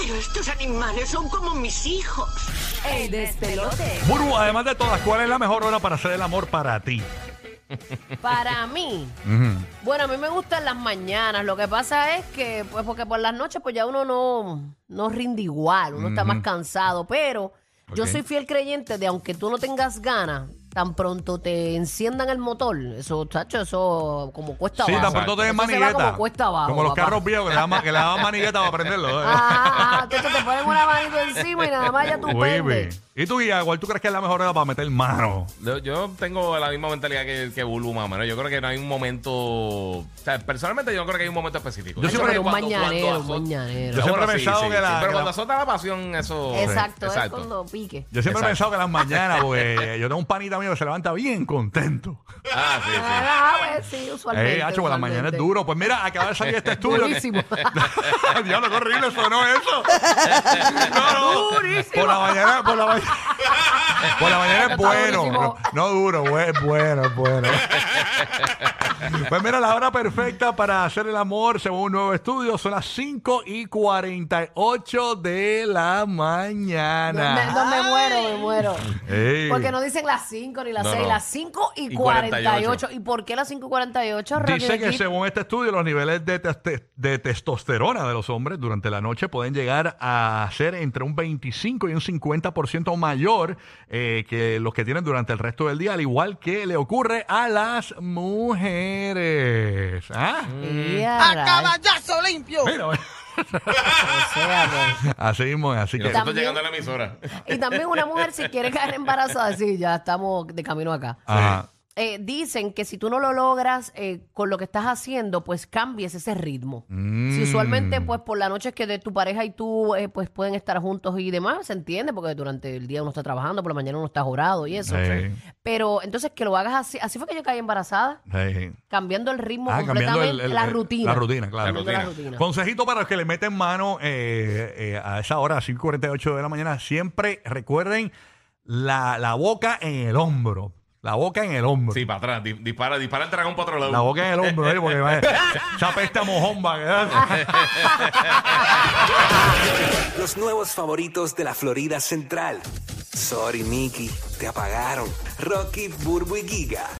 Pero estos animales son como mis hijos. El despelote. Burbu, además de todas, ¿cuál es la mejor hora para hacer el amor para ti? Para mí, bueno, a mí me gustan las mañanas. Lo que pasa es que, pues, porque por las noches, pues ya uno no rinde igual, uno está más cansado. Pero yo soy fiel creyente de aunque tú no tengas ganas, tan pronto te enciendan el motor, eso, chacho, eso como cuesta abajo. Sí, tan pronto te den Eso se va manigueta. como cuesta abajo, Como los papá. carros viejos que le daban manigueta para prenderlo. Entonces te ponen una manito encima y nada más ya tú prendes. ¿Y tú, Guía, cuál tú crees que es la mejor hora para meter mano? Yo tengo la misma mentalidad que Bulbu, más o menos. Yo creo que no hay un momento... O sea, personalmente yo no creo que hay un momento específico. Yo siempre- un mañanero. Yo siempre he Bueno, pensado que la... pero que cuando la- azota la pasión, eso... Exacto, es Exacto. cuando pique. Yo siempre he Exacto. pensado que las mañanas, porque yo tengo un panita mío que se levanta bien contento. Ah, sí, sí. Pues sí, usualmente. Hacho, por las mañanas es usualmente. duro. Pues mira, acaba de salir este estudio. Durísimo. Diablo, qué horrible sonó eso. No. Durísimo. Por la mañana es Está bueno. durísimo. No duro, es bueno, es bueno. Pues mira, la hora perfecta para hacer el amor, según un nuevo estudio, son las 5:48 de la mañana. Me muero. Ey. Porque no dicen las 5 ni las No, 6, no. las 5:48. 48. ¿Y por qué las 5:48? Dice que según este estudio, los niveles de testosterona de los hombres durante la noche pueden llegar a ser entre un 25 y un 50% mayor que los que tienen durante el resto del día, al igual que le ocurre a las mujeres. ¿Ah? ¡Caballazo limpio! Mira, O sea, pues. así mismo, así Y que... nosotros También- llegando a la emisora. Y también una mujer, si quiere caer embarazada, sí, ya estamos de camino acá. Ajá. Dicen que si tú no lo logras con lo que estás haciendo, pues cambies ese ritmo. Mm. Si usualmente, pues por la noche es que de tu pareja y tú pues pueden estar juntos y demás, se entiende, porque durante el día uno está trabajando, por la mañana uno está jorado y eso. Sí. Pero entonces que lo hagas así. Así fue que yo caí embarazada, Sí. cambiando el ritmo Cambiando completamente, la rutina. La rutina, claro. Cambiando la rutina. Consejito para los que le meten mano a esa hora, 5:48 de la mañana. Siempre recuerden la boca en el hombro. La boca en el hombro. Sí, para atrás. Dispara el dragón para otro lado. La boca en el hombro, porque esa pesta mojomba. Los nuevos favoritos de la Florida Central. Sorry, Mickey, te apagaron. Rocky, Burbu y Giga,